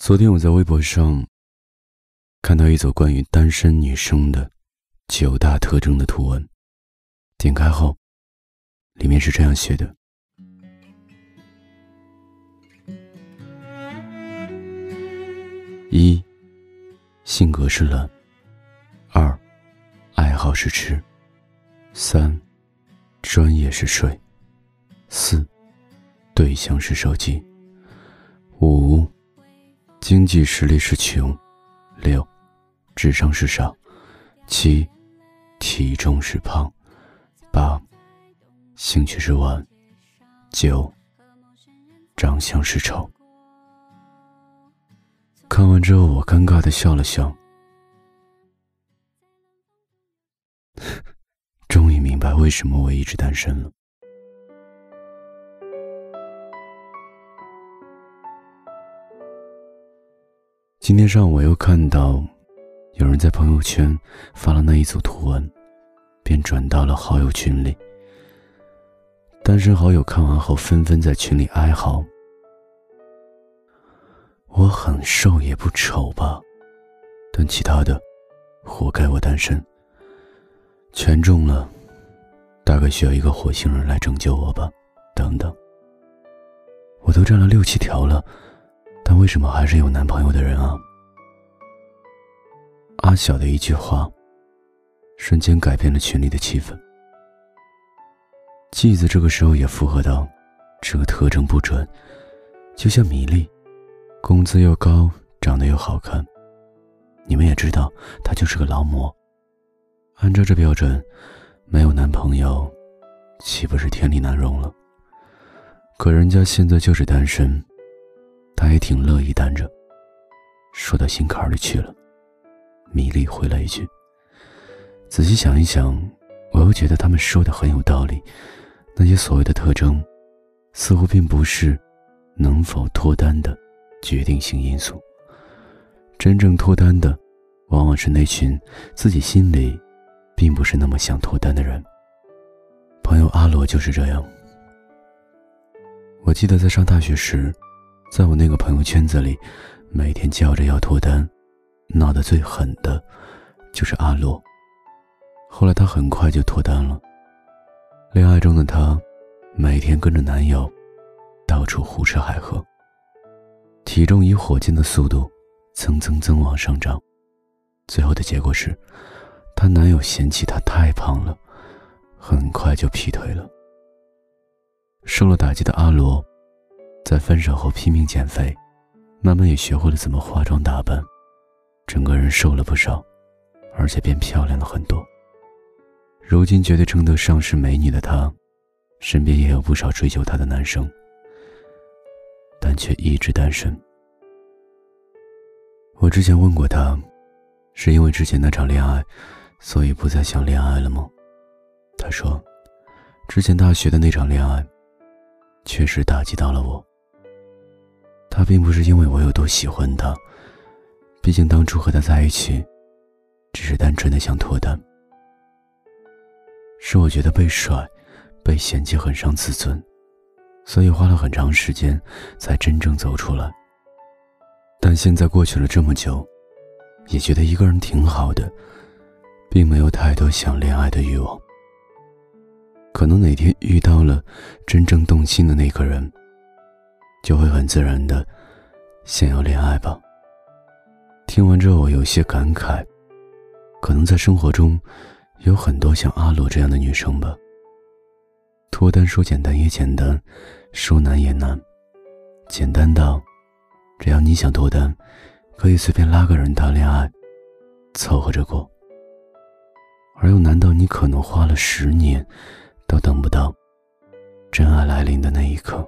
昨天我在微博上看到一组关于单身女生的9大特征的图文，点开后，里面是这样写的：1. 性格是懒。2. 爱好是吃。3. 专业是睡。4. 对象是手机。5. 经济实力是穷。6. 智商是傻。7. 体重是胖。8. 兴趣是玩。9. 长相是丑。看完之后，我尴尬地笑了笑，终于明白为什么我一直单身了。今天上午我又看到有人在朋友圈发了那一组图文，便转到了好友群里。单身好友看完后纷纷在群里哀嚎：我很瘦也不丑吧，但其他的活该我单身，全中了，大概需要一个火星人来拯救我吧，等等。我都占了6、7条了，但为什么还是有男朋友的人啊？阿小的一句话瞬间改变了群里的气氛。季子这个时候也附和道，这个特征不准，就像米粒，工资又高，长得又好看，你们也知道她就是个劳模，按照这标准，没有男朋友岂不是天理难容了？可人家现在就是单身，他也挺乐意单着，说到心坎里去了。米粒回了一句。仔细想一想，我又觉得他们说的很有道理，那些所谓的特征似乎并不是能否脱单的决定性因素，真正脱单的往往是那群自己心里并不是那么想脱单的人。朋友阿罗就是这样。我记得在上大学时，在我那个朋友圈子里，每天叫着要脱单，闹得最狠的就是阿罗。后来他很快就脱单了，恋爱中的他每天跟着男友到处胡吃海喝，体重以火箭的速度蹭往上涨，最后的结果是她男友嫌弃她太胖了，很快就劈腿了。受了打击的阿罗在分手后拼命减肥，慢慢也学会了怎么化妆打扮，整个人瘦了不少，而且变漂亮了很多。如今绝对称得上是美女的她，身边也有不少追求她的男生，但却一直单身。我之前问过她，是因为之前那场恋爱所以不再想恋爱了吗？她说之前大学的那场恋爱确实打击到了我，他并不是因为我有多喜欢他，毕竟当初和他在一起只是单纯的想脱单，是我觉得被甩被嫌弃很伤自尊，所以花了很长时间才真正走出来。但现在过去了这么久，也觉得一个人挺好的，并没有太多想恋爱的欲望。可能哪天遇到了真正动心的那个人，就会很自然的想要恋爱吧。听完之后我有些感慨，可能在生活中有很多像阿罗这样的女生吧。脱单说简单也简单，说难也难。简单到只要你想脱单，可以随便拉个人谈恋爱，凑合着过。而又难到你可能花了10年都等不到真爱来临的那一刻。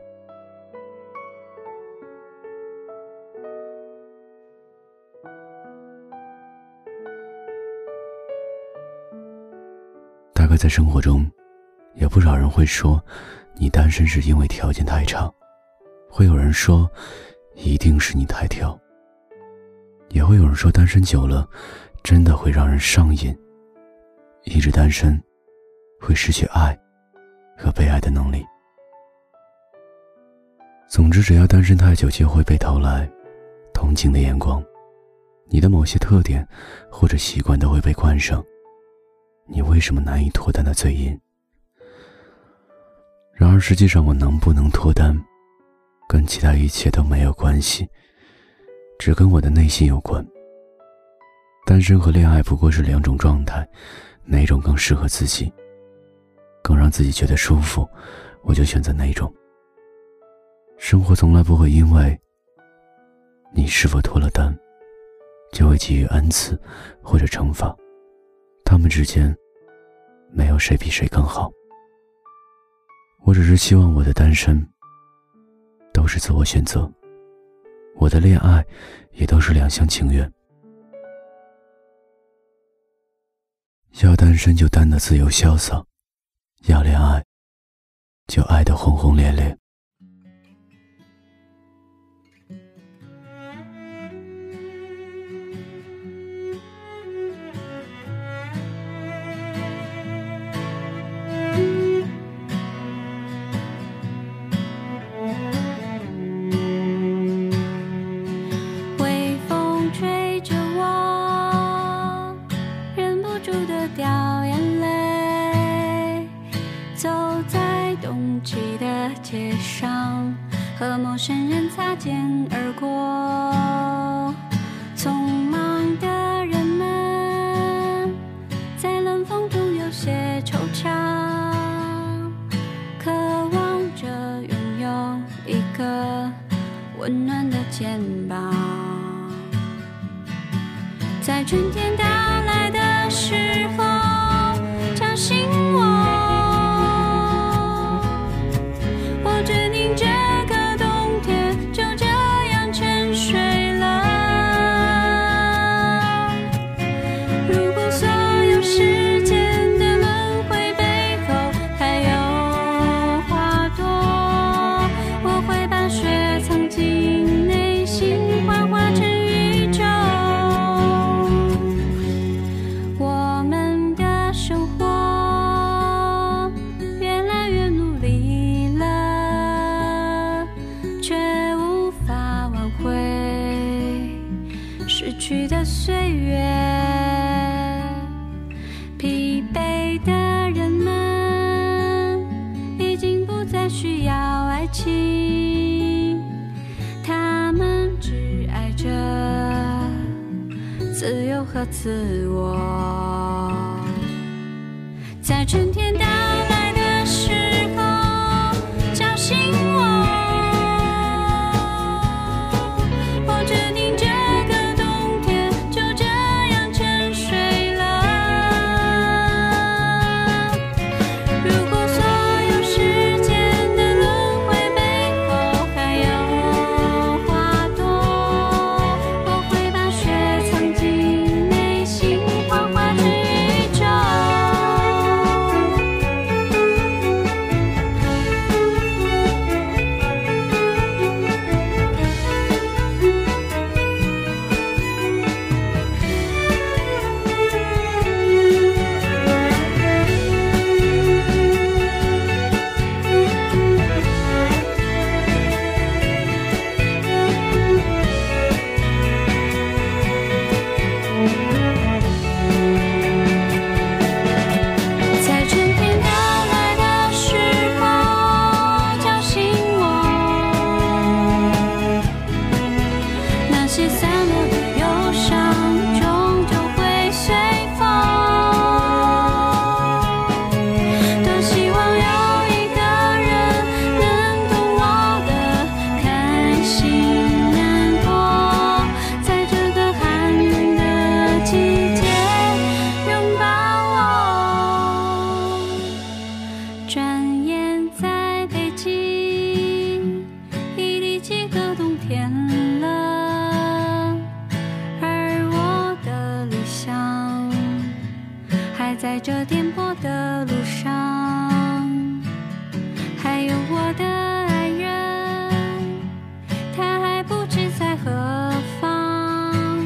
大概在生活中，有不少人会说你单身是因为条件太差，会有人说一定是你太挑，也会有人说单身久了真的会让人上瘾，一直单身会失去爱和被爱的能力。总之只要单身太久就会被偷来， 同情的眼光，你的某些特点或者习惯都会被冠上你为什么难以脱单的罪因。然而实际上我能不能脱单跟其他一切都没有关系，只跟我的内心有关。单身和恋爱不过是两种状态，哪种更适合自己，更让自己觉得舒服，我就选择哪种。生活从来不会因为你是否脱了单就会给予恩赐或者惩罚，他们之间没有谁比谁更好。我只是希望我的单身都是自我选择，我的恋爱也都是两厢情愿。要单身就单得自由潇洒，要恋爱就爱得轰轰烈烈。 街上和陌生人擦肩而过，匆忙的人们在冷风中有些惆怅，渴望着拥有一个温暖的肩膀。在春天到来的时候叫醒我，逝去的岁月，疲惫的人们已经不再需要爱情，他们只爱着自由和自我。在春天到来的时候叫醒我，我决定这个冬天就这样沉睡了。如果所有时间的轮回背后还有花朵，我会把雪藏进内心，幻化成宇宙。在这颠簸的路上，还有我的爱人，他还不知在何方。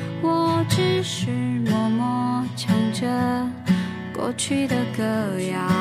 我只是默默唱着过去的歌谣。